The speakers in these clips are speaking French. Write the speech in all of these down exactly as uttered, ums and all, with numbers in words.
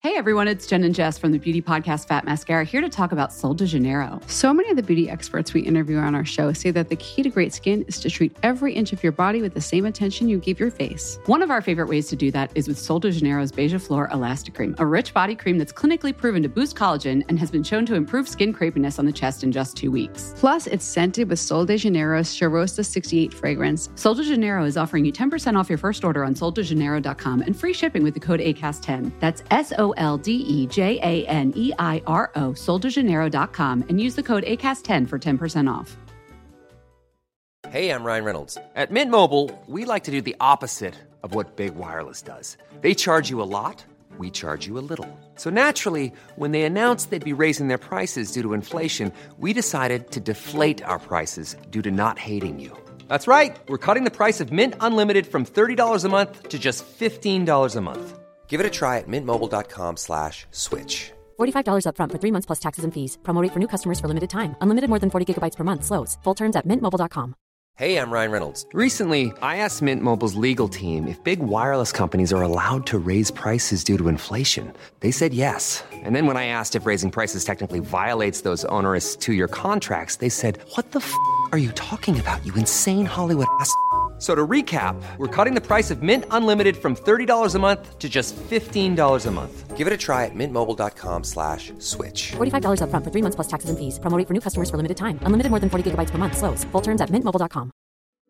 Hey everyone, it's Jen and Jess from the beauty podcast Fat Mascara here to talk about Sol de Janeiro. So many of the beauty experts we interview on our show say that the key to great skin is to treat every inch of your body with the same attention you give your face. One of our favorite ways to do that is with Sol de Janeiro's Beija Flor Elastic Cream, a rich body cream that's clinically proven to boost collagen and has been shown to improve skin crepiness on the chest in just two weeks. Plus, it's scented with Sol de Janeiro's Charosta sixty-eight fragrance. Sol de Janeiro is offering you ten percent off your first order on sol de janeiro dot com and free shipping with the code A C A S T ten. That's S O L D E J A N E I R O, sol de janeiro dot com, and use the code A C A S T ten for ten percent off. Hey, I'm Ryan Reynolds. At Mint Mobile, we like to do the opposite of what Big Wireless does. They charge you a lot, we charge you a little. So naturally, when they announced they'd be raising their prices due to inflation, we decided to deflate our prices due to not hating you. That's right. We're cutting the price of Mint Unlimited from thirty dollars a month to just fifteen dollars a month. Give it a try at mintmobile.com slash switch. forty-five dollars up front for three months plus taxes and fees. Promo rate for new customers for limited time. Unlimited more than forty gigabytes per month. Slows full terms at mint mobile dot com. Hey, I'm Ryan Reynolds. Recently, I asked Mint Mobile's legal team if big wireless companies are allowed to raise prices due to inflation. They said yes. And then when I asked if raising prices technically violates those onerous two-year contracts, they said, what the f*** are you talking about, you insane Hollywood ass f- So to recap, we're cutting the price of Mint Unlimited from thirty dollars a month to just fifteen dollars a month. Give it a try at mintmobile.com slash switch. forty-five dollars up front for three months plus taxes and fees. Promo rate for new customers for limited time. Unlimited more than forty gigabytes per month. Slows full terms at mint mobile dot com.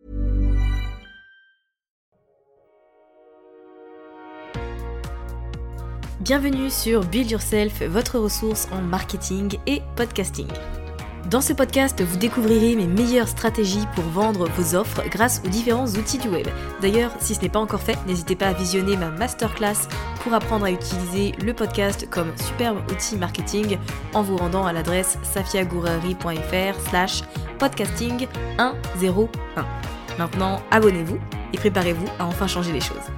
Bienvenue sur Build Yourself, votre ressource en marketing et podcasting. Dans ce podcast, vous découvrirez mes meilleures stratégies pour vendre vos offres grâce aux différents outils du web. D'ailleurs, si ce n'est pas encore fait, n'hésitez pas à visionner ma masterclass pour apprendre à utiliser le podcast comme superbe outil marketing en vous rendant à l'adresse safiagourari.fr slash podcasting cent un. Maintenant, abonnez-vous et préparez-vous à enfin changer les choses.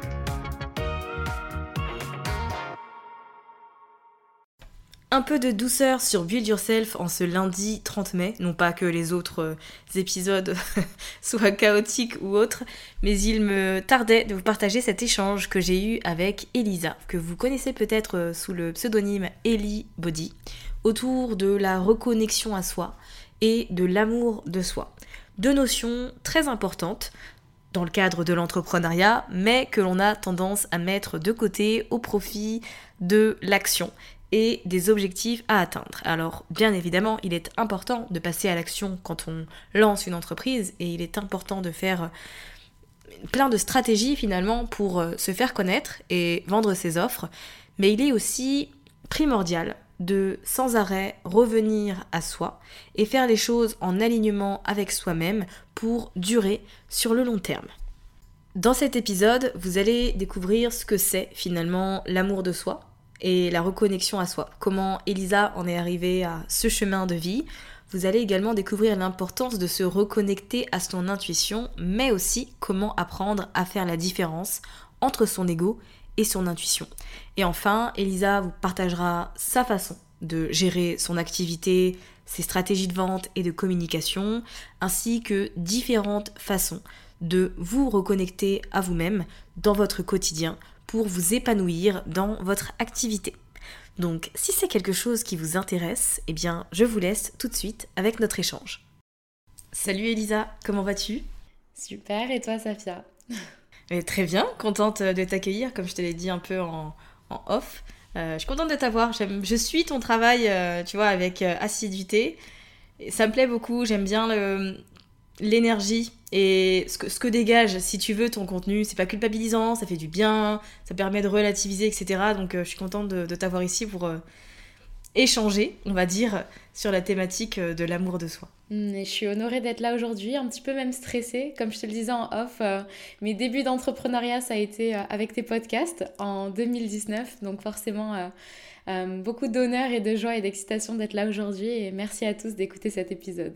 Un peu de douceur sur Build Yourself en ce lundi trente mai, non pas que les autres euh, épisodes soient chaotiques ou autres, mais il me tardait de vous partager cet échange que j'ai eu avec Elisa, que vous connaissez peut-être euh, sous le pseudonyme Ellie Body, autour de la reconnexion à soi et de l'amour de soi. Deux notions très importantes dans le cadre de l'entrepreneuriat, mais que l'on a tendance à mettre de côté au profit de l'action et des objectifs à atteindre. Alors, bien évidemment, il est important de passer à l'action quand on lance une entreprise et il est important de faire plein de stratégies finalement pour se faire connaître et vendre ses offres, mais il est aussi primordial de sans arrêt revenir à soi et faire les choses en alignement avec soi-même pour durer sur le long terme. Dans cet épisode, vous allez découvrir ce que c'est finalement l'amour de soi et la reconnexion à soi. Comment Elisa en est arrivée à ce chemin de vie. Vous allez également découvrir l'importance de se reconnecter à son intuition, mais aussi comment apprendre à faire la différence entre son ego et son intuition. Et enfin, Elisa vous partagera sa façon de gérer son activité, ses stratégies de vente et de communication, ainsi que différentes façons de vous reconnecter à vous-même dans votre quotidien pour vous épanouir dans votre activité. Donc, si c'est quelque chose qui vous intéresse, eh bien, je vous laisse tout de suite avec notre échange. Salut Elisa, comment vas-tu ? Super, et toi Safia ? Et très bien, contente de t'accueillir, comme je te l'ai dit un peu en, en off. Euh, je suis contente de t'avoir, j'aime, je suis ton travail, euh, tu vois, avec euh, assiduité. Et ça me plaît beaucoup, j'aime bien le, l'énergie et ce que, ce que dégage, si tu veux, ton contenu. C'est pas culpabilisant, ça fait du bien, ça permet de relativiser, et cetera. Donc euh, je suis contente de, de t'avoir ici pour euh, échanger, on va dire, sur la thématique de l'amour de soi. Et je suis honorée d'être là aujourd'hui, un petit peu même stressée. Comme je te le disais en off, euh, mes débuts d'entrepreneuriat, ça a été euh, avec tes podcasts en deux mille dix-neuf. Donc forcément, euh, euh, beaucoup d'honneur et de joie et d'excitation d'être là aujourd'hui. Et merci à tous d'écouter cet épisode.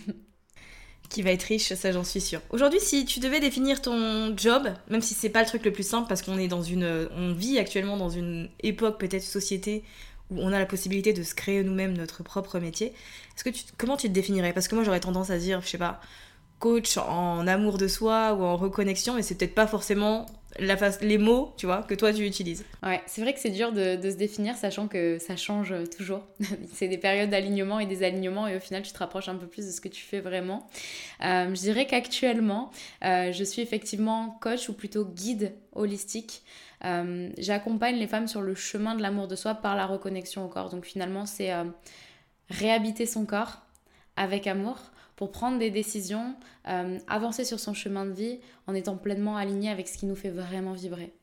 Qui va être riche, ça j'en suis sûre. Aujourd'hui, si tu devais définir ton job, même si c'est pas le truc le plus simple, parce qu'on est dans une, on vit actuellement dans une époque, peut-être société, où on a la possibilité de se créer nous-mêmes notre propre métier. Est-ce que tu, comment tu te définirais ? Parce que moi j'aurais tendance à dire, je sais pas, coach en amour de soi ou en reconnexion, mais c'est peut-être pas forcément la face, les mots, tu vois, que toi tu utilises. Ouais, c'est vrai que c'est dur de, de se définir, sachant que ça change toujours. C'est des périodes d'alignement et des alignements, et au final, tu te rapproches un peu plus de ce que tu fais vraiment. Euh, je dirais qu'actuellement, euh, je suis effectivement coach ou plutôt guide holistique. Euh, j'accompagne les femmes sur le chemin de l'amour de soi par la reconnexion au corps. Donc finalement, c'est euh, réhabiter son corps avec amour pour prendre des décisions, euh, avancer sur son chemin de vie en étant pleinement aligné avec ce qui nous fait vraiment vibrer.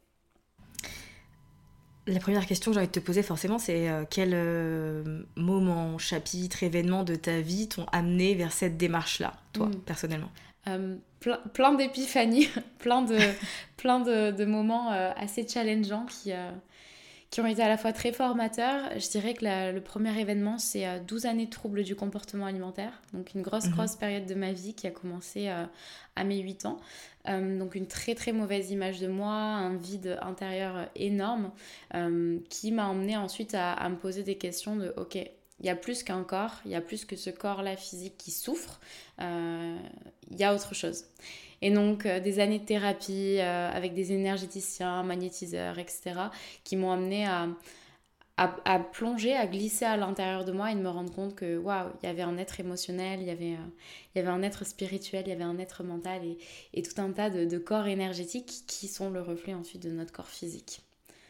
La première question que j'ai envie de te poser forcément, c'est euh, quel euh, moment, chapitre, événement de ta vie t'ont amené vers cette démarche-là, toi, mmh. personnellement? Euh, plein, plein d'épiphanies, plein de, plein de, de moments euh, assez challengeants qui, euh, qui ont été à la fois très formateurs. Je dirais que la, le premier événement, c'est euh, douze années de troubles du comportement alimentaire. Donc une grosse, mmh. grosse période de ma vie qui a commencé euh, à mes huit ans. Euh, donc une très très mauvaise image de moi, un vide intérieur énorme euh, qui m'a emmenée ensuite à, à me poser des questions de « Ok, il y a plus qu'un corps, il y a plus que ce corps-là physique qui souffre, euh, il y a autre chose. » Et donc, euh, des années de thérapie euh, avec des énergéticiens, magnétiseurs, et cetera, qui m'ont amenée à, à, à plonger, à glisser à l'intérieur de moi et de me rendre compte que, waouh, il y avait un être émotionnel, il y avait, euh, il y avait un être spirituel, il y avait un être mental et, et tout un tas de, de corps énergétiques qui sont le reflet ensuite de notre corps physique.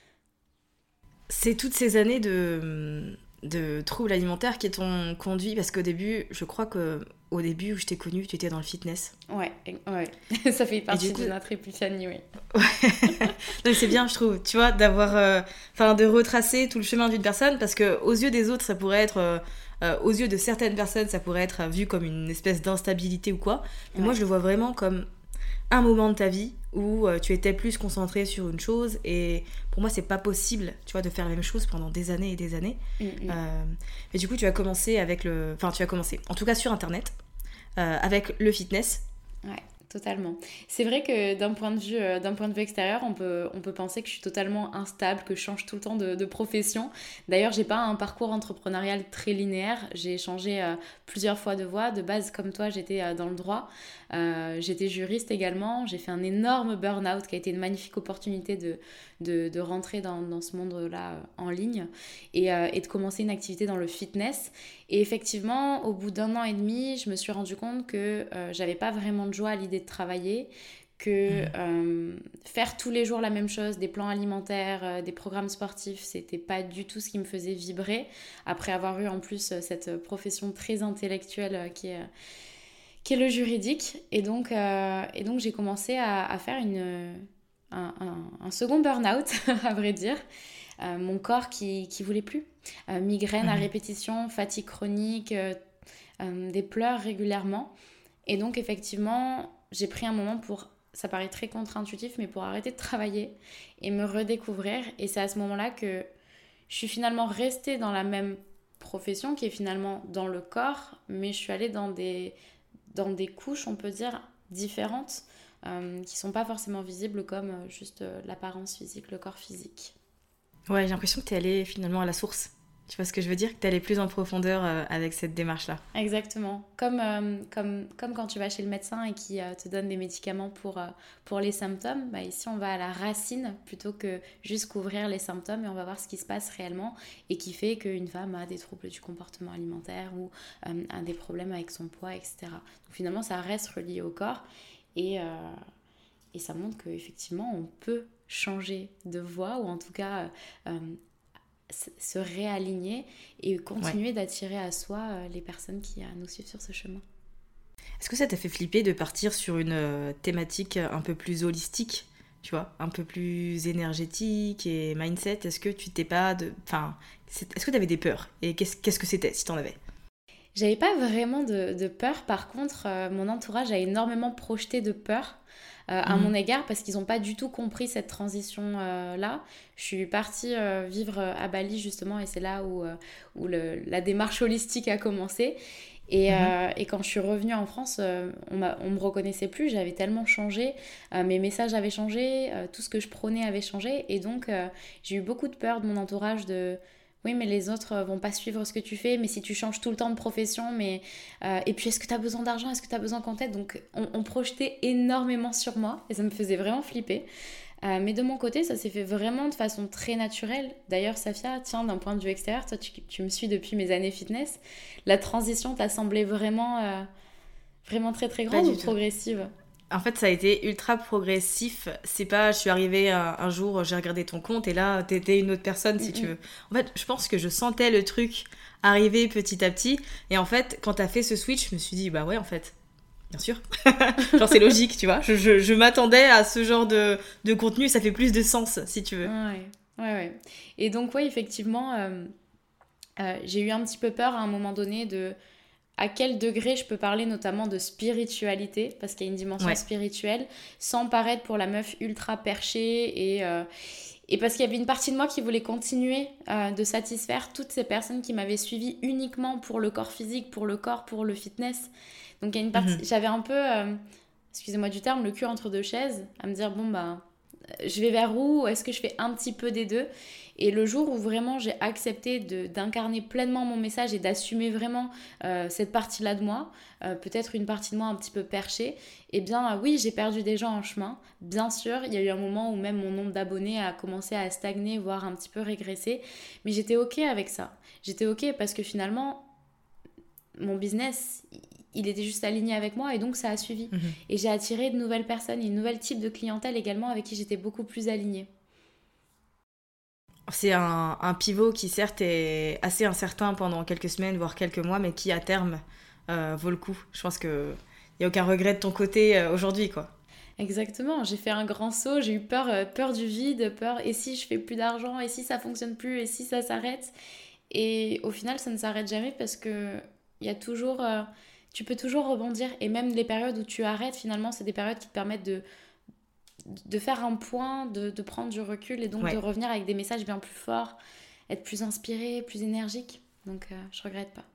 C'est toutes ces années de... de troubles alimentaires qui t'ont conduit, parce qu'au début, je crois que au début où je t'ai connue, tu étais dans le fitness. Ouais, ouais. Ça fait partie coup... de notre épiphanie, oui. Ouais. Donc c'est bien, je trouve, tu vois, d'avoir, enfin, euh, de retracer tout le chemin d'une personne, parce que aux yeux des autres, ça pourrait être, euh, euh, aux yeux de certaines personnes, ça pourrait être vu comme une espèce d'instabilité ou quoi. Mais ouais. Moi, je le vois vraiment comme un moment de ta vie où euh, tu étais plus concentrée sur une chose, et pour moi c'est pas possible, tu vois, de faire la même chose pendant des années et des années. Mmh, mmh. Euh, et du coup tu as commencé avec le, enfin tu as commencé, en tout cas sur internet, euh, avec le fitness. Ouais. Totalement. C'est vrai que d'un point de vue, euh, d'un point de vue extérieur, on peut, on peut penser que je suis totalement instable, que je change tout le temps de, de profession. D'ailleurs, j'ai pas un parcours entrepreneurial très linéaire. J'ai changé euh, plusieurs fois de voie. De base, comme toi, j'étais euh, dans le droit. Euh, j'étais juriste également. J'ai fait un énorme burn-out qui a été une magnifique opportunité de, de, de rentrer dans, dans ce monde-là euh, en ligne et, euh, et de commencer une activité dans le fitness. Et effectivement, au bout d'un an et demi, je me suis rendu compte que euh, j'avais pas vraiment de joie à l'idée de travailler, que mmh. euh, faire tous les jours la même chose, des plans alimentaires, euh, des programmes sportifs, c'était pas du tout ce qui me faisait vibrer, après avoir eu en plus euh, cette profession très intellectuelle euh, qui, est, euh, qui est le juridique. Et donc, euh, et donc j'ai commencé à, à faire une, un, un, un second burn-out, à vrai dire. Euh, mon corps qui qui voulait plus. Euh, migraine mmh. à répétition, fatigue chronique, euh, euh, des pleurs régulièrement. Et donc effectivement, j'ai pris un moment pour, ça paraît très contre-intuitif, mais pour arrêter de travailler et me redécouvrir. Et c'est à ce moment-là que je suis finalement restée dans la même profession, qui est finalement dans le corps, mais je suis allée dans des, dans des couches, on peut dire, différentes, euh, qui sont pas forcément visibles comme juste euh, l'apparence physique, le corps physique. Ouais, j'ai l'impression que tu es allée finalement à la source. Tu vois ce que je veux dire? Que tu es allée plus en profondeur euh, avec cette démarche-là. Exactement. Comme, euh, comme, comme quand tu vas chez le médecin et qui euh, te donne des médicaments pour, euh, pour les symptômes, bah ici on va à la racine plutôt que juste couvrir les symptômes, et on va voir ce qui se passe réellement et qui fait qu'une femme a des troubles du comportement alimentaire ou euh, a des problèmes avec son poids, et cetera. Donc finalement ça reste relié au corps et, euh, et ça montre qu'effectivement on peut changer de voie, ou en tout cas euh, se réaligner et continuer ouais. d'attirer à soi euh, les personnes qui euh, nous suivent sur ce chemin. Est-ce que ça t'a fait flipper de partir sur une euh, thématique un peu plus holistique, tu vois, un peu plus énergétique et mindset? Est-ce que tu t'es pas de... Enfin, est-ce que t'avais des peurs? Et qu'est-ce, qu'est-ce que c'était, si t'en avais? J'avais pas vraiment de, de peur. Par contre, euh, mon entourage a énormément projeté de peur euh, à mmh. mon égard, parce qu'ils n'ont pas du tout compris cette transition-là. Euh, je suis partie euh, vivre à Bali, justement, et c'est là où, euh, où le, la démarche holistique a commencé. Et, mmh. euh, et quand je suis revenue en France, euh, on ne me reconnaissait plus, j'avais tellement changé, euh, mes messages avaient changé, euh, tout ce que je prônais avait changé. Et donc, euh, j'ai eu beaucoup de peur de mon entourage de... Oui, mais les autres vont pas suivre ce que tu fais, mais si tu changes tout le temps de profession, mais... Euh, et puis est-ce que tu as besoin d'argent, est-ce que tu as besoin qu'on t'aide? Donc on, on projetait énormément sur moi et ça me faisait vraiment flipper. Euh, mais de mon côté, ça s'est fait vraiment de façon très naturelle. D'ailleurs, Safia, tiens, d'un point de vue extérieur, toi, tu, tu me suis depuis mes années fitness. La transition t'a semblé vraiment, euh, vraiment très, très grande ou progressive ? En fait, ça a été ultra progressif. C'est pas, je suis arrivée un, un jour, j'ai regardé ton compte et là, t'étais une autre personne, si mm-hmm. tu veux. En fait, je pense que je sentais le truc arriver petit à petit. Et en fait, quand t'as fait ce switch, je me suis dit, bah ouais, en fait... Bien sûr. Genre, c'est logique, tu vois. Je, je, je m'attendais à ce genre de, de contenu. Ça fait plus de sens, si tu veux. Ouais, ouais, ouais. Et donc, ouais, effectivement, euh, euh, j'ai eu un petit peu peur à un moment donné de à quel degré je peux parler notamment de spiritualité, parce qu'il y a une dimension ouais. spirituelle, sans paraître pour la meuf ultra perchée et... Euh, Et parce qu'il y avait une partie de moi qui voulait continuer euh, de satisfaire toutes ces personnes qui m'avaient suivie uniquement pour le corps physique, pour le corps, pour le fitness. Donc il y a une partie, mmh. j'avais un peu, euh, excusez-moi du terme, le cul entre deux chaises, à me dire bon bah, je vais vers où, est-ce que je fais un petit peu des deux ? Et le jour où vraiment j'ai accepté de, d'incarner pleinement mon message et d'assumer vraiment euh, cette partie-là de moi, euh, peut-être une partie de moi un petit peu perchée, eh bien euh, oui, j'ai perdu des gens en chemin. Bien sûr, il y a eu un moment où même mon nombre d'abonnés a commencé à stagner, voire un petit peu régresser. Mais j'étais OK avec ça. J'étais OK parce que finalement, mon business, il était juste aligné avec moi et donc ça a suivi. Mmh. Et j'ai attiré de nouvelles personnes et un nouvel type de clientèle également avec qui j'étais beaucoup plus alignée. C'est un, un pivot qui certes est assez incertain pendant quelques semaines, voire quelques mois, mais qui à terme euh, vaut le coup. Je pense qu'il n'y a aucun regret de ton côté euh, aujourd'hui, quoi. Exactement, j'ai fait un grand saut, j'ai eu peur, euh, peur du vide, peur et si je fais plus d'argent, et si ça fonctionne plus, et si ça s'arrête. Et au final, ça ne s'arrête jamais parce que il y a toujours, euh, tu peux toujours rebondir. Et même les périodes où tu arrêtes, finalement, c'est des périodes qui te permettent de de faire un point, de, de prendre du recul et donc ouais. de revenir avec des messages bien plus forts, être plus inspiré, plus énergique. Donc, euh, je regrette pas.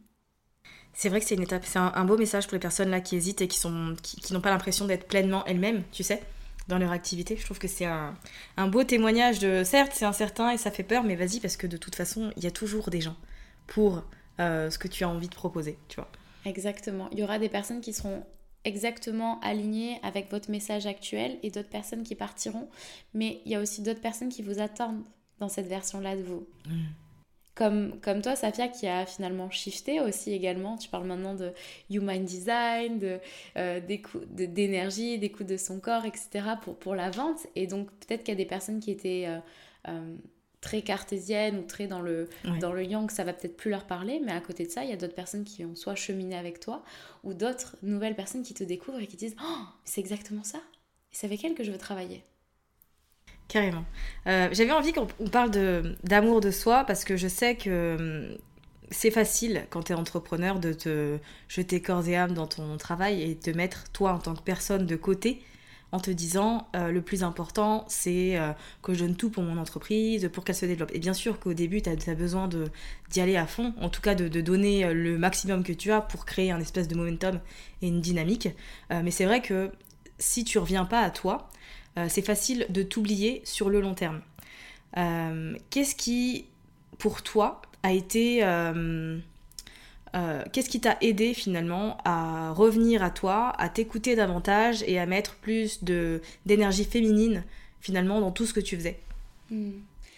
C'est vrai que c'est une étape, c'est un, un beau message pour les personnes là qui hésitent et qui, sont, qui, qui n'ont pas l'impression d'être pleinement elles-mêmes, tu sais, dans leur activité. Je trouve que c'est un, un beau témoignage de, certes, c'est incertain et ça fait peur, mais vas-y, parce que de toute façon, il y a toujours des gens pour euh, ce que tu as envie de proposer, tu vois. Exactement. Il y aura des personnes qui seront exactement alignées avec votre message actuel et d'autres personnes qui partiront, mais il y a aussi d'autres personnes qui vous attendent dans cette version-là de vous. Mmh. Comme, comme toi, Safia, qui a finalement shifté aussi également. Tu parles maintenant de human design, de, euh, de, d'énergie, d'écoute de son corps, et cetera pour, pour la vente. Et donc, peut-être qu'il y a des personnes qui étaient euh, euh, très cartésiennes ou très dans le, ouais. dans le yang, ça va peut-être plus leur parler. Mais à côté de ça, il y a d'autres personnes qui ont soit cheminé avec toi ou d'autres nouvelles personnes qui te découvrent et qui disent « Oh, c'est exactement ça. Et c'est avec elles que je veux travailler. » Carrément. Euh, j'avais envie qu'on on parle de, d'amour de soi parce que je sais que c'est facile quand tu es entrepreneur de te jeter corps et âme dans ton travail et te mettre toi en tant que personne de côté en te disant euh, le plus important c'est euh, que je donne tout pour mon entreprise, pour qu'elle se développe. Et bien sûr qu'au début tu as besoin de, d'y aller à fond, en tout cas de, de donner le maximum que tu as pour créer un espèce de momentum et une dynamique. Euh, mais c'est vrai que si tu reviens pas à toi, Euh, c'est facile de t'oublier sur le long terme. Euh, qu'est-ce qui, pour toi, a été... Euh, euh, qu'est-ce qui t'a aidé finalement à revenir à toi, à t'écouter davantage et à mettre plus de, d'énergie féminine finalement dans tout ce que tu faisais ? mmh.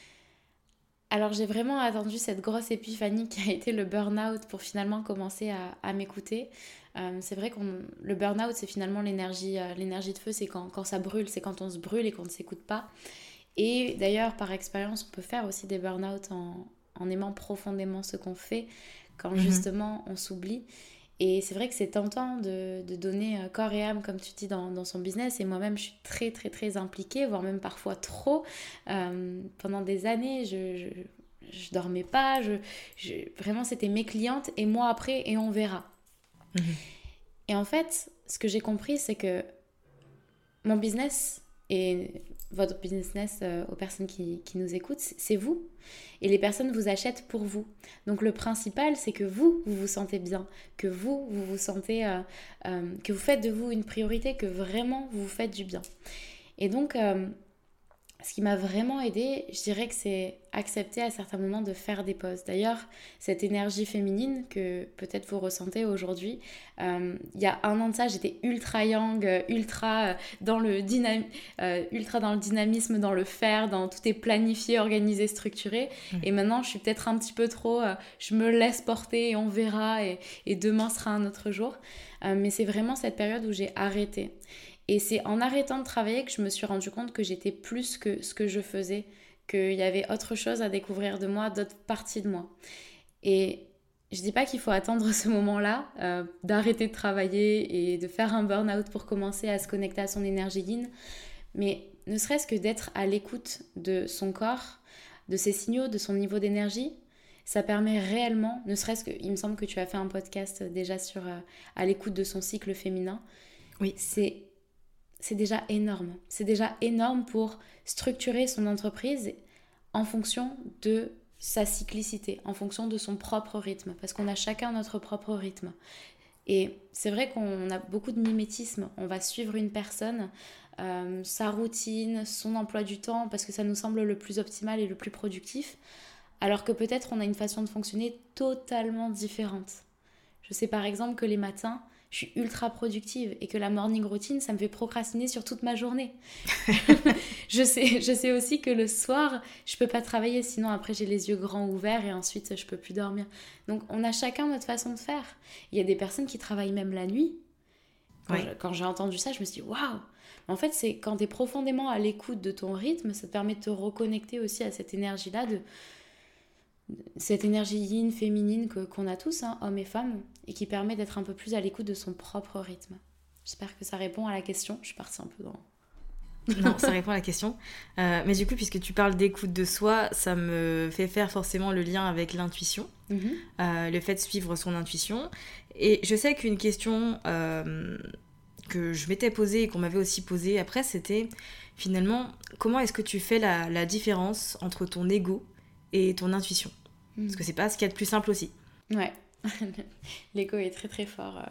Alors j'ai vraiment attendu cette grosse épiphanie qui a été le burn-out pour finalement commencer à, à m'écouter. Euh, c'est vrai que le burn-out, c'est finalement l'énergie, euh, l'énergie de feu, c'est quand, quand ça brûle, c'est quand on se brûle et qu'on ne s'écoute pas. Et d'ailleurs, par expérience, on peut faire aussi des burn-out en, en aimant profondément ce qu'on fait, quand mmh. justement on s'oublie. Et c'est vrai que c'est tentant de, de donner corps et âme, comme tu dis, dans, dans son business. Et moi-même, je suis très, très, très impliquée, voire même parfois trop. Euh, pendant des années, je, je, je dormais pas. Je, je, vraiment, c'était mes clientes et moi après, et on verra. Mmh. Et en fait, ce que j'ai compris, c'est que mon business et votre business euh, aux personnes qui, qui nous écoutent, c'est vous. Et les personnes vous achètent pour vous. Donc le principal, c'est que vous, vous vous sentez bien, que vous, vous vous sentez, euh, euh, que vous faites de vous une priorité, que vraiment vous vous faites du bien. Et donc, euh, ce qui m'a vraiment aidée, je dirais que c'est accepter à certains moments de faire des pauses. D'ailleurs, cette énergie féminine que peut-être vous ressentez aujourd'hui, euh, il y a un an de ça, j'étais ultra yang, ultra dans le, dynam- euh, ultra dans le dynamisme, dans le faire, dans tout est planifié, organisé, structuré. Mmh. Et maintenant, je suis peut-être un petit peu trop, euh, je me laisse porter et on verra, et, et demain sera un autre jour. Euh, mais c'est vraiment cette période où j'ai arrêté. Et c'est en arrêtant de travailler que je me suis rendu compte que j'étais plus que ce que je faisais, qu'il y avait autre chose à découvrir de moi, d'autres parties de moi. Et je dis pas qu'il faut attendre ce moment-là, euh, d'arrêter de travailler et de faire un burn-out pour commencer à se connecter à son énergie yin, mais ne serait-ce que d'être à l'écoute de son corps, de ses signaux, de son niveau d'énergie, ça permet réellement, ne serait-ce que, il me semble que tu as fait un podcast déjà sur euh, à l'écoute de son cycle féminin. Oui. C'est C'est déjà énorme. C'est déjà énorme pour structurer son entreprise en fonction de sa cyclicité, en fonction de son propre rythme, parce qu'on a chacun notre propre rythme. Et c'est vrai qu'on a beaucoup de mimétisme. On va suivre une personne, euh, sa routine, son emploi du temps, parce que ça nous semble le plus optimal et le plus productif, alors que peut-être on a une façon de fonctionner totalement différente. Je sais par exemple que les matins, je suis ultra productive et que la morning routine, ça me fait procrastiner sur toute ma journée. je, sais, je sais aussi que le soir, je peux pas travailler, sinon après j'ai les yeux grands ouverts et ensuite je peux plus dormir. Donc on a chacun notre façon de faire. Il y a des personnes qui travaillent même la nuit. Quand, oui. je, quand j'ai entendu ça, je me suis dit waouh. En fait, c'est quand tu es profondément à l'écoute de ton rythme, ça te permet de te reconnecter aussi à cette énergie-là, de cette énergie yin, féminine que, qu'on a tous, hein, hommes et femmes, et qui permet d'être un peu plus à l'écoute de son propre rythme. J'espère que ça répond à la question. Je suis partie un peu dans... Non, ça répond à la question. Euh, mais du coup, puisque tu parles d'écoute de soi, ça me fait faire forcément le lien avec l'intuition, mm-hmm. euh, le fait de suivre son intuition. Et je sais qu'une question euh, que je m'étais posée et qu'on m'avait aussi posée après, c'était finalement, comment est-ce que tu fais la, la différence entre ton ego et ton intuition ? Mm. Parce que c'est pas ce qu'il y a de plus simple aussi. Ouais. L'ego est très très fort.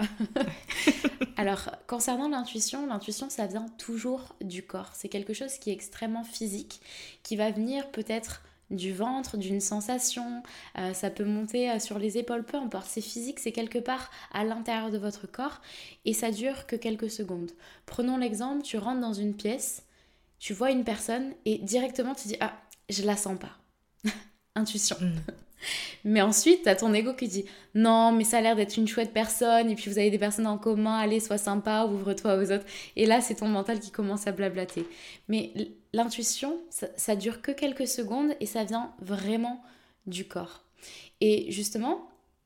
Alors, concernant l'intuition, l'intuition, ça vient toujours du corps. C'est quelque chose qui est extrêmement physique, qui va venir peut-être du ventre, d'une sensation. Euh, ça peut monter sur les épaules, peu importe. C'est physique, c'est quelque part à l'intérieur de votre corps et ça dure que quelques secondes. Prenons l'exemple, tu rentres dans une pièce, tu vois une personne et directement tu dis « Ah, je la sens pas ». Intuition. Mm. Mais ensuite, t'as ton ego qui dit « Non, mais ça a l'air d'être une chouette personne, et puis vous avez des personnes en commun, allez, sois sympa, ouvre-toi aux autres. » Et là, c'est ton mental qui commence à blablater. Mais l'intuition, ça, ça dure que quelques secondes, et ça vient vraiment du corps. Et justement,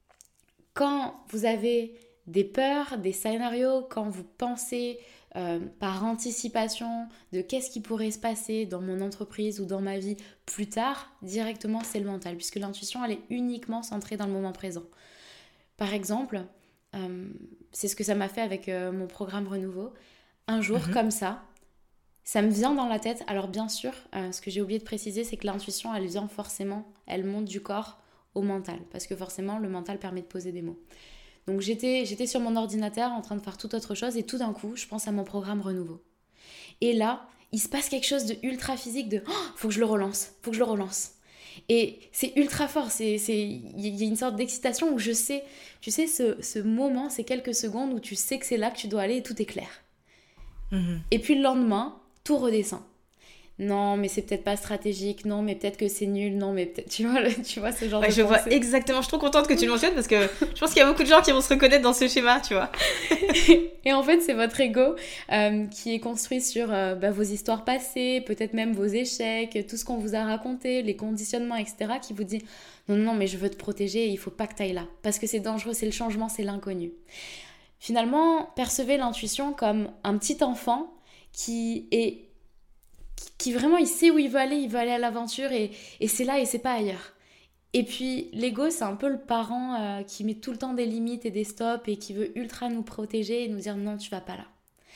quand vous avez des peurs, des scénarios, quand vous pensez euh, par anticipation de qu'est-ce qui pourrait se passer dans mon entreprise ou dans ma vie plus tard, directement c'est le mental, puisque l'intuition elle est uniquement centrée dans le moment présent. Par exemple, euh, c'est ce que ça m'a fait avec euh, mon programme Renouveau. Un jour mm-hmm. comme ça, ça me vient dans la tête. Alors bien sûr, euh, ce que j'ai oublié de préciser, c'est que l'intuition elle vient forcément, elle monte du corps au mental, parce que forcément le mental permet de poser des mots. Donc j'étais, j'étais sur mon ordinateur en train de faire toute autre chose et tout d'un coup, je pense à mon programme Renouveau. Et là, il se passe quelque chose de ultra physique, de oh, « faut que je le relance, faut que je le relance ». Et c'est ultra fort, c'est, c'est, il y a une sorte d'excitation où je sais, tu sais, ce, ce moment, ces quelques secondes où tu sais que c'est là que tu dois aller et tout est clair. Mmh. Et puis le lendemain, tout redescend. Non, mais c'est peut-être pas stratégique, non, mais peut-être que c'est nul, non, mais peut-être, tu vois, tu vois ce genre ouais, de je pensée. vois exactement, je suis trop contente que tu le mentionnes parce que je pense qu'il y a beaucoup de gens qui vont se reconnaître dans ce schéma, tu vois. Et en fait, c'est votre ego euh, qui est construit sur euh, bah, vos histoires passées, peut-être même vos échecs, tout ce qu'on vous a raconté, les conditionnements, et cetera, qui vous dit non, non, mais je veux te protéger et il faut pas que t'ailles là, parce que c'est dangereux, c'est le changement, c'est l'inconnu. Finalement, percevez l'intuition comme un petit enfant qui est qui vraiment, il sait où il veut aller, il veut aller à l'aventure et, et c'est là et c'est pas ailleurs. Et puis, l'ego, c'est un peu le parent euh, qui met tout le temps des limites et des stops et qui veut ultra nous protéger et nous dire non, tu vas pas là.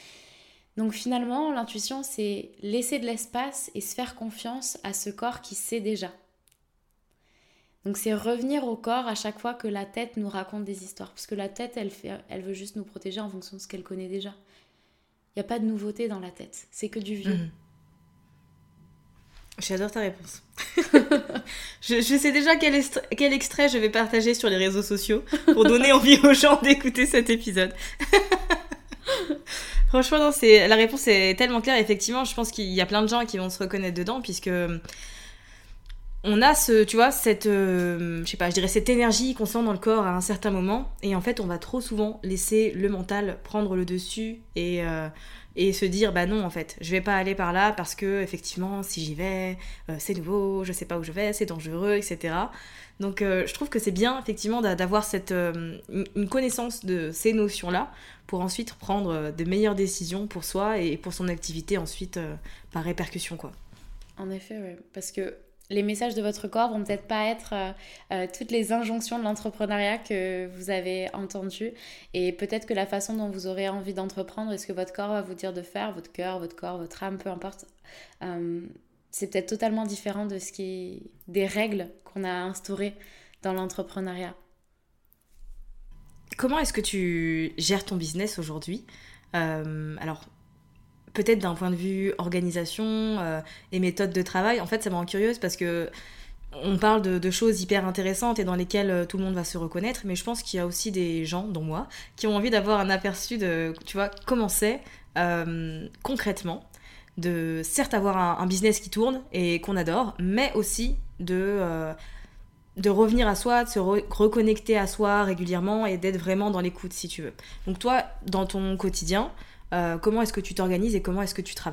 Donc finalement, l'intuition, c'est laisser de l'espace et se faire confiance à ce corps qui sait déjà. Donc c'est revenir au corps à chaque fois que la tête nous raconte des histoires. Parce que la tête, elle, fait, elle veut juste nous protéger en fonction de ce qu'elle connaît déjà. Il n'y a pas de nouveauté dans la tête, c'est que du vieux. Mmh. J'adore ta réponse. je, je sais déjà quel, est, quel extrait je vais partager sur les réseaux sociaux pour donner envie aux gens d'écouter cet épisode. Franchement, non, c'est, la réponse est tellement claire. Effectivement, je pense qu'il y a plein de gens qui vont se reconnaître dedans, puisque on a ce, tu vois, cette, euh, je sais pas, je dirais cette énergie qu'on sent dans le corps à un certain moment, et en fait, on va trop souvent laisser le mental prendre le dessus et euh, et se dire bah non, en fait, je vais pas aller par là parce que effectivement, si j'y vais, euh, c'est nouveau, je sais pas où je vais, c'est dangereux, et cetera. Donc, euh, je trouve que c'est bien effectivement d'avoir cette euh, une connaissance de ces notions-là pour ensuite prendre de meilleures décisions pour soi et pour son activité ensuite euh, par répercussion, quoi. En effet, oui, parce que les messages de votre corps vont peut-être pas être euh, euh, toutes les injonctions de l'entrepreneuriat que vous avez entendues, et peut-être que la façon dont vous aurez envie d'entreprendre et ce que votre corps va vous dire de faire, votre cœur, votre corps, votre âme, peu importe, euh, c'est peut-être totalement différent de ce qui des règles qu'on a instaurées dans l'entrepreneuriat. Comment est-ce que tu gères ton business aujourd'hui ? euh, Alors, peut-être d'un point de vue organisation euh, et méthode de travail, en fait, ça me rend curieuse parce que on parle de, de choses hyper intéressantes et dans lesquelles euh, tout le monde va se reconnaître, mais je pense qu'il y a aussi des gens, dont moi, qui ont envie d'avoir un aperçu de, tu vois, comment c'est euh, concrètement de certes avoir un, un business qui tourne et qu'on adore, mais aussi de... Euh, de revenir à soi, de se re- reconnecter à soi régulièrement et d'être vraiment dans l'écoute, si tu veux. Donc toi, dans ton quotidien, euh, comment est-ce que tu t'organises et comment est-ce que tu travailles ?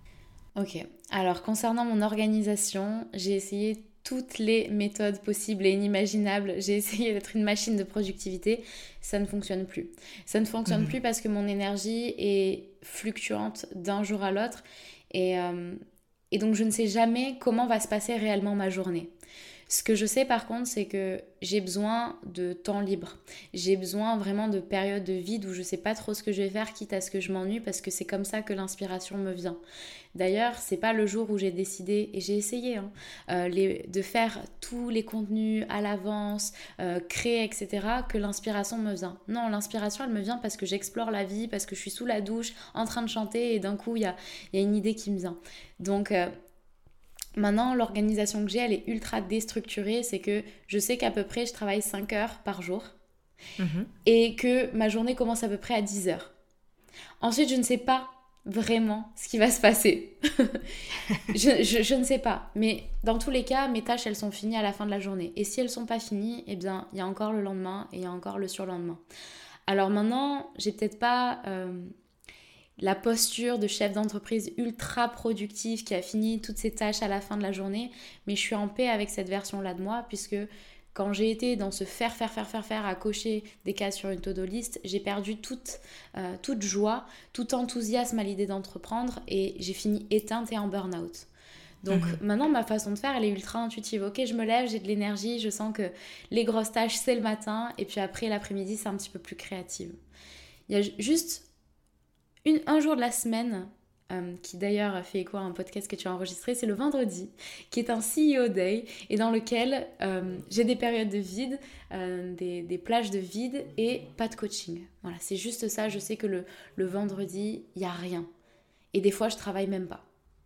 Ok, alors concernant mon organisation, j'ai essayé toutes les méthodes possibles et inimaginables. J'ai essayé d'être une machine de productivité, ça ne fonctionne plus. Ça ne fonctionne mmh. plus parce que mon énergie est fluctuante d'un jour à l'autre et, euh, et donc je ne sais jamais comment va se passer réellement ma journée. Ce que je sais par contre, c'est que j'ai besoin de temps libre. J'ai besoin vraiment de périodes de vide où je ne sais pas trop ce que je vais faire, quitte à ce que je m'ennuie, parce que c'est comme ça que l'inspiration me vient. D'ailleurs, c'est pas le jour où j'ai décidé, et j'ai essayé, hein, euh, les, de faire tous les contenus à l'avance, euh, créer, et cetera, que l'inspiration me vient. Non, l'inspiration, elle me vient parce que j'explore la vie, parce que je suis sous la douche, en train de chanter, et d'un coup, il y a, y a une idée qui me vient. Donc... Euh, Maintenant, l'organisation que j'ai, elle est ultra déstructurée. C'est que je sais qu'à peu près, je travaille cinq heures par jour mmh. et que ma journée commence à peu près à dix heures. Ensuite, je ne sais pas vraiment ce qui va se passer. je, je, je ne sais pas. Mais dans tous les cas, mes tâches, elles sont finies à la fin de la journée. Et si elles ne sont pas finies, eh bien, il y a encore le lendemain et il y a encore le surlendemain. Alors maintenant, j'ai peut-être pas... Euh, la posture de chef d'entreprise ultra productive qui a fini toutes ses tâches à la fin de la journée, mais je suis en paix avec cette version-là de moi, puisque quand j'ai été dans ce faire, faire, faire, faire, faire, à cocher des cases sur une to-do list, j'ai perdu toute, euh, toute joie, tout enthousiasme à l'idée d'entreprendre, et j'ai fini éteinte et en burn-out. Donc mmh. maintenant, ma façon de faire, elle est ultra intuitive. Ok, je me lève, j'ai de l'énergie, je sens que les grosses tâches, c'est le matin, et puis après, l'après-midi, c'est un petit peu plus créative. Il y a juste... Une, un jour de la semaine, euh, qui d'ailleurs fait écho à un podcast que tu as enregistré, c'est le vendredi, qui est un C E O Day, et dans lequel euh, j'ai des périodes de vide, euh, des, des plages de vide et pas de coaching. Voilà, c'est juste ça. Je sais que le, le vendredi, il n'y a rien. Et des fois, je travaille même pas.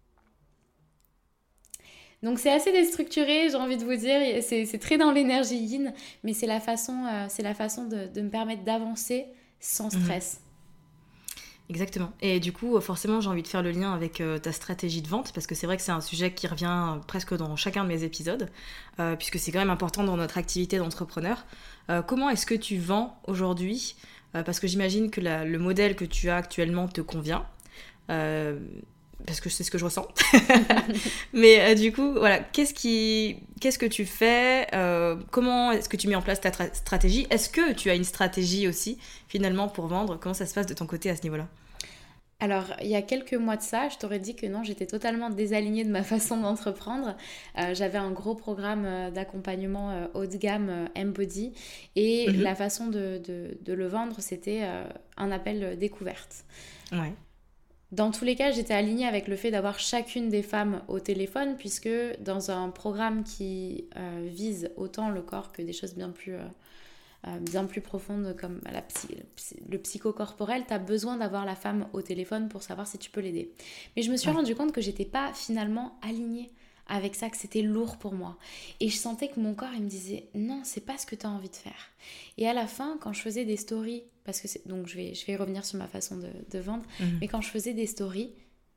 Donc c'est assez déstructuré, j'ai envie de vous dire, c'est, c'est très dans l'énergie yin, mais c'est la façon, euh, c'est la façon de, de me permettre d'avancer sans stress. Mmh. Exactement. Et du coup, forcément, j'ai envie de faire le lien avec euh, ta stratégie de vente, parce que c'est vrai que c'est un sujet qui revient presque dans chacun de mes épisodes, euh, puisque c'est quand même important dans notre activité d'entrepreneur. Euh, comment est-ce que tu vends aujourd'hui ? euh, Parce que j'imagine que la, le modèle que tu as actuellement te convient, euh, parce que c'est ce que je ressens. Mais euh, du coup, voilà, qu'est-ce, qui, qu'est-ce que tu fais ? euh, Comment est-ce que tu mets en place ta tra- stratégie ? Est-ce que tu as une stratégie aussi, finalement, pour vendre ? Comment ça se passe de ton côté à ce niveau-là ? Alors, il y a quelques mois de ça, je t'aurais dit que non, j'étais totalement désalignée de ma façon d'entreprendre. Euh, j'avais un gros programme d'accompagnement euh, haut de gamme, euh, Embody, et mm-hmm. la façon de, de, de le vendre, c'était euh, un appel découverte. Ouais. Dans tous les cas, j'étais alignée avec le fait d'avoir chacune des femmes au téléphone, puisque dans un programme qui euh, vise autant le corps que des choses bien plus, euh, euh, bien plus profondes comme la psy, le psychocorporel, tu as besoin d'avoir la femme au téléphone pour savoir si tu peux l'aider. Mais je me suis ouais. rendu compte que j'étais pas finalement alignée avec ça, que c'était lourd pour moi. Et je sentais que mon corps, il me disait, non, c'est pas ce que tu as envie de faire. Et à la fin, quand je faisais des stories, parce que c'est, donc je vais, je vais revenir sur ma façon de, de vendre, mmh. mais quand je faisais des stories,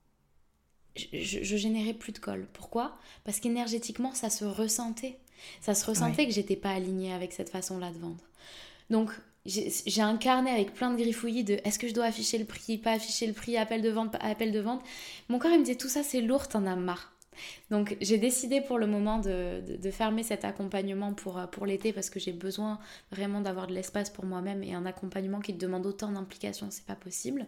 je, je, je générais plus de colle. Pourquoi ? Parce qu'énergétiquement, ça se ressentait. Ça se ressentait ouais. que j'étais pas alignée avec cette façon-là de vendre. Donc, j'ai, j'ai un carnet avec plein de griffouillis de est-ce que je dois afficher le prix, pas afficher le prix, appel de vente, pas appel de vente. Mon corps, il me disait tout ça, c'est lourd, t'en as marre. Donc, j'ai décidé pour le moment de, de, de fermer cet accompagnement pour, pour l'été parce que j'ai besoin vraiment d'avoir de l'espace pour moi-même et un accompagnement qui te demande autant d'implication, c'est pas possible.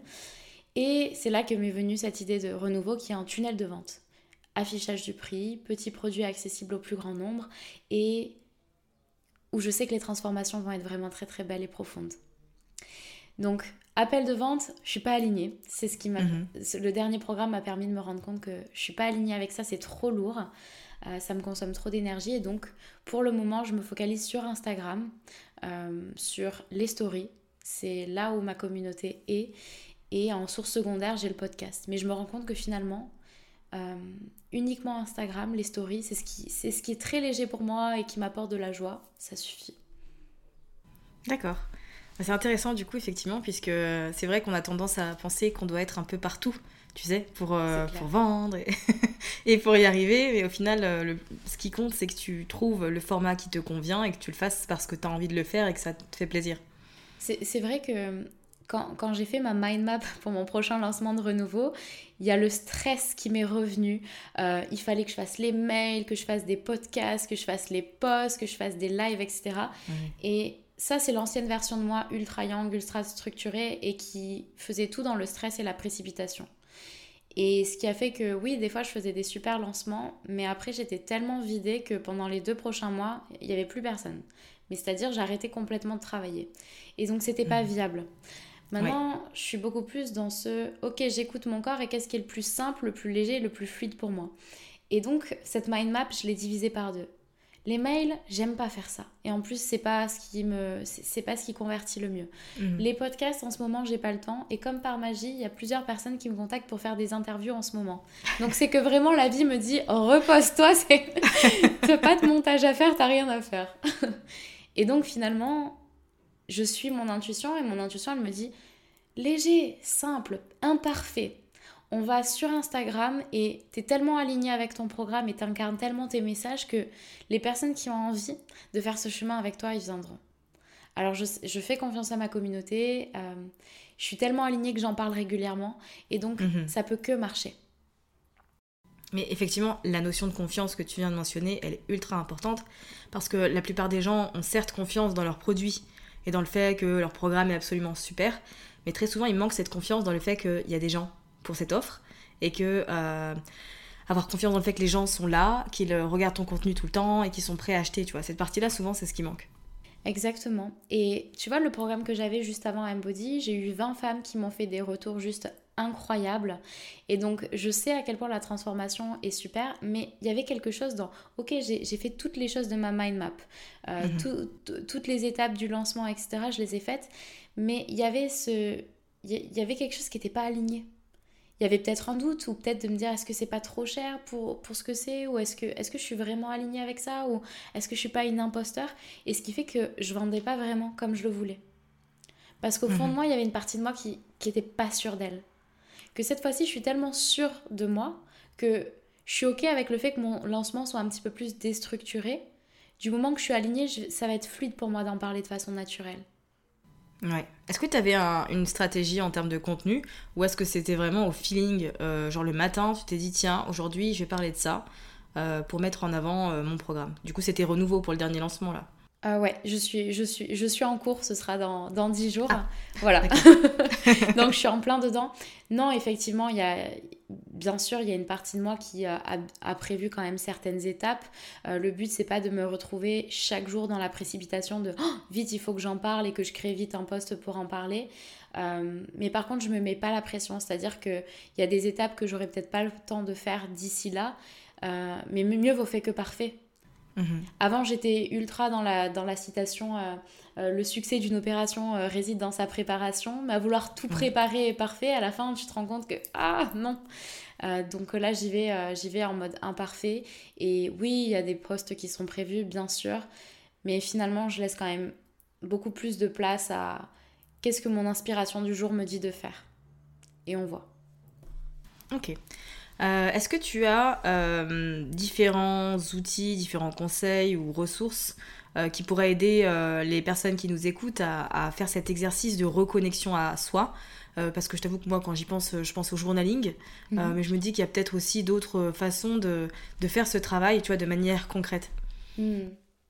Et c'est là que m'est venue cette idée de renouveau qui est un tunnel de vente. Affichage du prix, petits produits accessibles au plus grand nombre et où je sais que les transformations vont être vraiment très très belles et profondes. Donc, appel de vente, je suis pas alignée. C'est ce qui m'a... Mmh. Le dernier programme m'a permis de me rendre compte que je suis pas alignée avec ça, c'est trop lourd. Euh, ça me consomme trop d'énergie et donc, pour le moment, je me focalise sur Instagram, euh, sur les stories. C'est là où ma communauté est. Et en source secondaire, j'ai le podcast. Mais je me rends compte que finalement, euh, uniquement Instagram, les stories, c'est ce, qui, c'est ce qui est très léger pour moi et qui m'apporte de la joie. Ça suffit. D'accord. C'est intéressant du coup, effectivement, puisque c'est vrai qu'on a tendance à penser qu'on doit être un peu partout, tu sais, pour, euh, pour vendre et, et pour y arriver. Mais au final, le, ce qui compte, c'est que tu trouves le format qui te convient et que tu le fasses parce que tu as envie de le faire et que ça te fait plaisir. C'est, c'est vrai que... Quand, quand j'ai fait ma mind map pour mon prochain lancement de renouveau, il y a le stress qui m'est revenu. Euh, il fallait que je fasse les mails, que je fasse des podcasts, que je fasse les posts, que je fasse des lives, et cetera. Mmh. Et ça, c'est l'ancienne version de moi, ultra yang, ultra structurée et qui faisait tout dans le stress et la précipitation. Et ce qui a fait que, oui, des fois, je faisais des super lancements, mais après, j'étais tellement vidée que pendant les deux prochains mois, il n'y avait plus personne. Mais c'est-à-dire, j'arrêtais complètement de travailler. Et donc, c'était pas mmh. viable. Maintenant, ouais. je suis beaucoup plus dans ce « Ok, j'écoute mon corps et qu'est-ce qui est le plus simple, le plus léger, le plus fluide pour moi ?» Et donc, cette mind map, je l'ai divisée par deux. Les mails, j'aime pas faire ça. Et en plus, c'est pas ce qui me, c'est, c'est pas ce qui convertit le mieux. Mmh. Les podcasts, en ce moment, j'ai pas le temps. Et comme par magie, il y a plusieurs personnes qui me contactent pour faire des interviews en ce moment. Donc, c'est que vraiment, la vie me dit « Repose-toi, c'est... t'as pas de montage à faire, t'as rien à faire. » Et donc, finalement... je suis mon intuition et mon intuition, elle me dit léger, simple, imparfait. On va sur Instagram et t'es tellement aligné avec ton programme et t'incarnes tellement tes messages que les personnes qui ont envie de faire ce chemin avec toi, ils viendront. Alors, je, je fais confiance à ma communauté. Euh, je suis tellement alignée que j'en parle régulièrement et donc, mmh. ça peut que marcher. Mais effectivement, la notion de confiance que tu viens de mentionner, elle est ultra importante parce que la plupart des gens ont certes confiance dans leurs produits et dans le fait que leur programme est absolument super, mais très souvent il manque cette confiance dans le fait qu'il y a des gens pour cette offre et que euh, avoir confiance dans le fait que les gens sont là, qu'ils regardent ton contenu tout le temps et qu'ils sont prêts à acheter, tu vois, cette partie-là souvent c'est ce qui manque. Exactement. Et tu vois, le programme que j'avais juste avant Embody, j'ai eu vingt femmes qui m'ont fait des retours juste incroyables. Et donc, je sais à quel point la transformation est super, mais il y avait quelque chose dans « Ok, j'ai, j'ai fait toutes les choses de ma mind map. Euh, mm-hmm. tout, tout, toutes les étapes du lancement, et cetera, je les ai faites. » Mais il y avait ce... il y avait quelque chose qui n'était pas aligné. Il y avait peut-être un doute ou peut-être de me dire est-ce que c'est pas trop cher pour, pour ce que c'est ou est-ce que, est-ce que je suis vraiment alignée avec ça ou est-ce que je suis pas une imposteur, et ce qui fait que je vendais pas vraiment comme je le voulais parce qu'au mmh. fond de moi il y avait une partie de moi qui, qui était pas sûre d'elle, que cette fois-ci je suis tellement sûre de moi que je suis ok avec le fait que mon lancement soit un petit peu plus déstructuré. Du moment que je suis alignée, je, ça va être fluide pour moi d'en parler de façon naturelle. Ouais. Est-ce que tu avais un, une stratégie en termes de contenu ou est-ce que c'était vraiment au feeling, euh, genre le matin, tu t'es dit tiens, aujourd'hui je vais parler de ça euh, pour mettre en avant euh, mon programme. Du coup, c'était renouveau pour le dernier lancement là. Euh, ouais, je suis, je, suis, je suis en cours, ce sera dans, dans dix jours. Ah, voilà. Donc, je suis en plein dedans. Non, effectivement, il y a, bien sûr, il y a une partie de moi qui a, a, a prévu quand même certaines étapes. Euh, le but, c'est pas de me retrouver chaque jour dans la précipitation de oh, vite, il faut que j'en parle et que je crée vite un post pour en parler. Euh, mais par contre, je me mets pas la pression. C'est-à-dire qu'il y a des étapes que j'aurais peut-être pas le temps de faire d'ici là. Euh, mais mieux vaut fait que parfait. Mmh. Avant, j'étais ultra dans la, dans la citation euh, euh, le succès d'une opération euh, réside dans sa préparation. Mais à vouloir tout préparer et parfait, à la fin, tu te rends compte que ah non. Euh, donc là, j'y vais, euh, j'y vais en mode imparfait. Et oui, il y a des posts qui sont prévus, bien sûr. Mais finalement, je laisse quand même beaucoup plus de place à qu'est-ce que mon inspiration du jour me dit de faire. Et on voit. Ok. Euh, est-ce que tu as euh, différents outils, différents conseils ou ressources euh, qui pourraient aider euh, les personnes qui nous écoutent à, à faire cet exercice de reconnexion à soi ? euh, Parce que je t'avoue que moi, quand j'y pense, je pense au journaling. Mm-hmm. Euh, mais je me dis qu'il y a peut-être aussi d'autres façons de, de faire ce travail, tu vois, de manière concrète. Mm.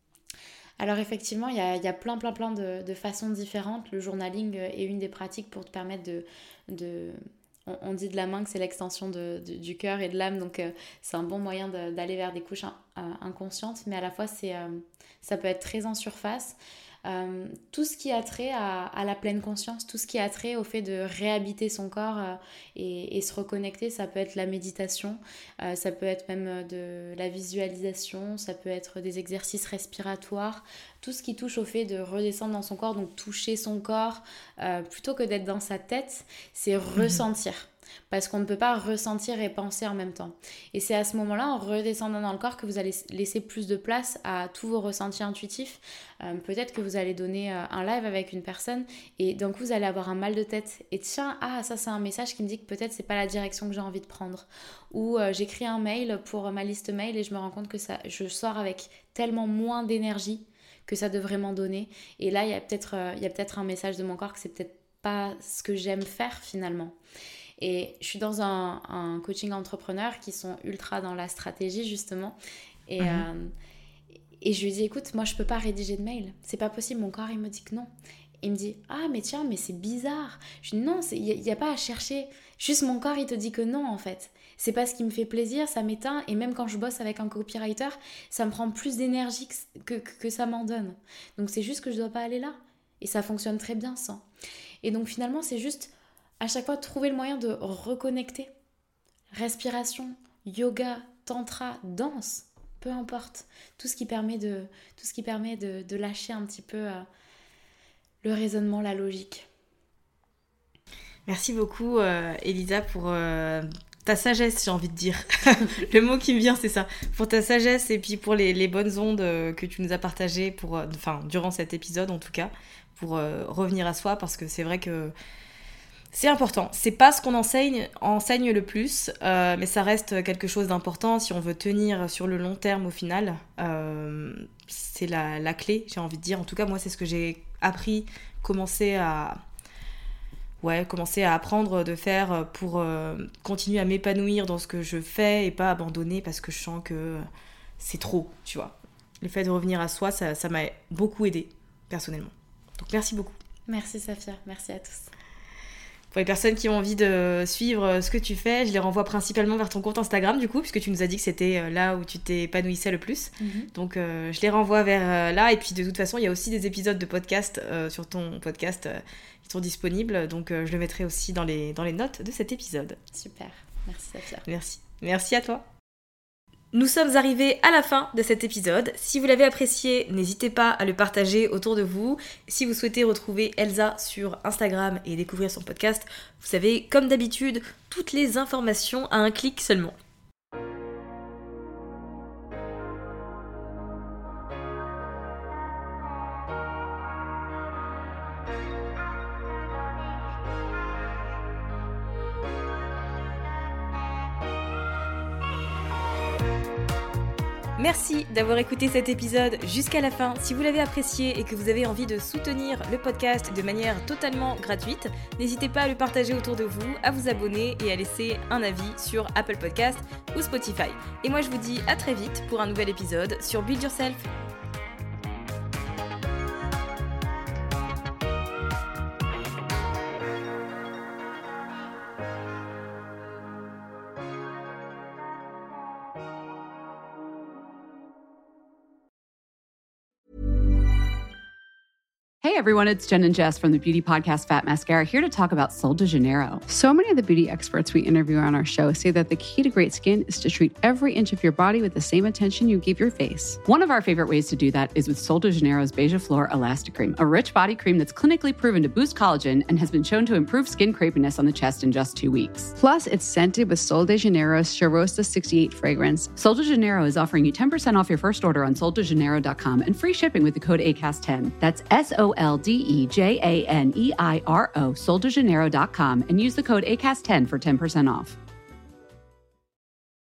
Alors effectivement, il y a, il y a plein, plein, plein de, de façons différentes. Le journaling est une des pratiques pour te permettre de... de... On dit de la main que c'est l'extension de, de, du cœur et de l'âme, donc euh, c'est un bon moyen de, d'aller vers des couches in, euh, inconscientes, mais à la fois c'est, euh, ça peut être très en surface. Euh, tout ce qui a trait à, à la pleine conscience, tout ce qui a trait au fait de réhabiter son corps euh, et, et se reconnecter, ça peut être la méditation, euh, ça peut être même de la visualisation, ça peut être des exercices respiratoires, tout ce qui touche au fait de redescendre dans son corps, donc toucher son corps, euh, plutôt que d'être dans sa tête, c'est ressentir. Mmh. Parce qu'on ne peut pas ressentir et penser en même temps. Et c'est à ce moment-là, en redescendant dans le corps, que vous allez laisser plus de place à tous vos ressentis intuitifs. Euh, peut-être que vous allez donner euh, un live avec une personne et donc vous allez avoir un mal de tête. Et tiens, ah ça c'est un message qui me dit que peut-être c'est pas la direction que j'ai envie de prendre. Ou euh, j'écris un mail pour ma liste mail et je me rends compte que ça, je sors avec tellement moins d'énergie que ça devrait m'en donner. Et là, il y a peut-être, euh, il y a peut-être un message de mon corps que c'est peut-être pas ce que j'aime faire finalement. Et je suis dans un, un coaching entrepreneur qui sont ultra dans la stratégie justement. Et, mmh. euh, et je lui dis, écoute, moi je peux pas rédiger de mail. C'est pas possible, mon corps il me dit que non. Il me dit, ah mais tiens, mais c'est bizarre. Je dis, non, il n'y a, a pas à chercher. Juste mon corps il te dit que non en fait. C'est pas ce qui me fait plaisir, ça m'éteint. Et même quand je bosse avec un copywriter, ça me prend plus d'énergie que, que, que ça m'en donne. Donc c'est juste que je dois pas aller là. Et ça fonctionne très bien sans. Et donc finalement c'est juste... à chaque fois, trouver le moyen de reconnecter. Respiration, yoga, tantra, danse, peu importe. Tout ce qui permet de, tout ce qui permet de, de lâcher un petit peu euh, le raisonnement, la logique. Merci beaucoup, euh, Elisa, pour euh, ta sagesse, j'ai envie de dire. Le mot qui me vient, c'est ça. Pour ta sagesse et puis pour les, les bonnes ondes que tu nous as partagées, pour, euh, enfin, durant cet épisode en tout cas, pour euh, revenir à soi, parce que c'est vrai que c'est important. C'est pas ce qu'on enseigne, enseigne le plus, euh, mais ça reste quelque chose d'important si on veut tenir sur le long terme au final. Euh, c'est la, la clé, j'ai envie de dire. En tout cas, moi, c'est ce que j'ai appris, commencé à, ouais, commencer à apprendre de faire pour euh, continuer à m'épanouir dans ce que je fais et pas abandonner parce que je sens que c'est trop, tu vois. Le fait de revenir à soi, ça, ça m'a beaucoup aidée, personnellement. Donc, merci beaucoup. Merci, Safia. Merci à tous. Pour les personnes qui ont envie de suivre ce que tu fais, je les renvoie principalement vers ton compte Instagram du coup, puisque tu nous as dit que c'était là où tu t'épanouissais le plus. Mm-hmm. Donc euh, je les renvoie vers euh, là. Et puis de toute façon, il y a aussi des épisodes de podcast euh, sur ton podcast euh, qui sont disponibles. Donc euh, je le mettrai aussi dans les, dans les notes de cet épisode. Super. Merci Safia. Merci. Merci à toi. Nous sommes arrivés à la fin de cet épisode. Si vous l'avez apprécié, n'hésitez pas à le partager autour de vous. Si vous souhaitez retrouver Elsa sur Instagram et découvrir son podcast, vous savez, comme d'habitude, toutes les informations à un clic seulement. Merci d'avoir écouté cet épisode jusqu'à la fin. Si vous l'avez apprécié et que vous avez envie de soutenir le podcast de manière totalement gratuite, n'hésitez pas à le partager autour de vous, à vous abonner et à laisser un avis sur Apple Podcast ou Spotify. Et moi je vous dis à très vite pour un nouvel épisode sur Build Yourself. Hey, everyone, it's Jen and Jess from the beauty podcast Fat Mascara here to talk about Sol de Janeiro. So many of the beauty experts we interview on our show say that the key to great skin is to treat every inch of your body with the same attention you give your face. One of our favorite ways to do that is with Sol de Janeiro's Beija Flor Elastic Cream, a rich body cream that's clinically proven to boost collagen and has been shown to improve skin crepiness on the chest in just two weeks. Plus, it's scented with Sol de Janeiro's Charosta sixty-eight fragrance. Sol de Janeiro is offering you ten percent off your first order on sol de janeiro dot com and free shipping with the code A C A S T ten. That's S O L D E J A N E I R O, sol de janeiro dot com, and use the code A C A S T ten for ten percent off.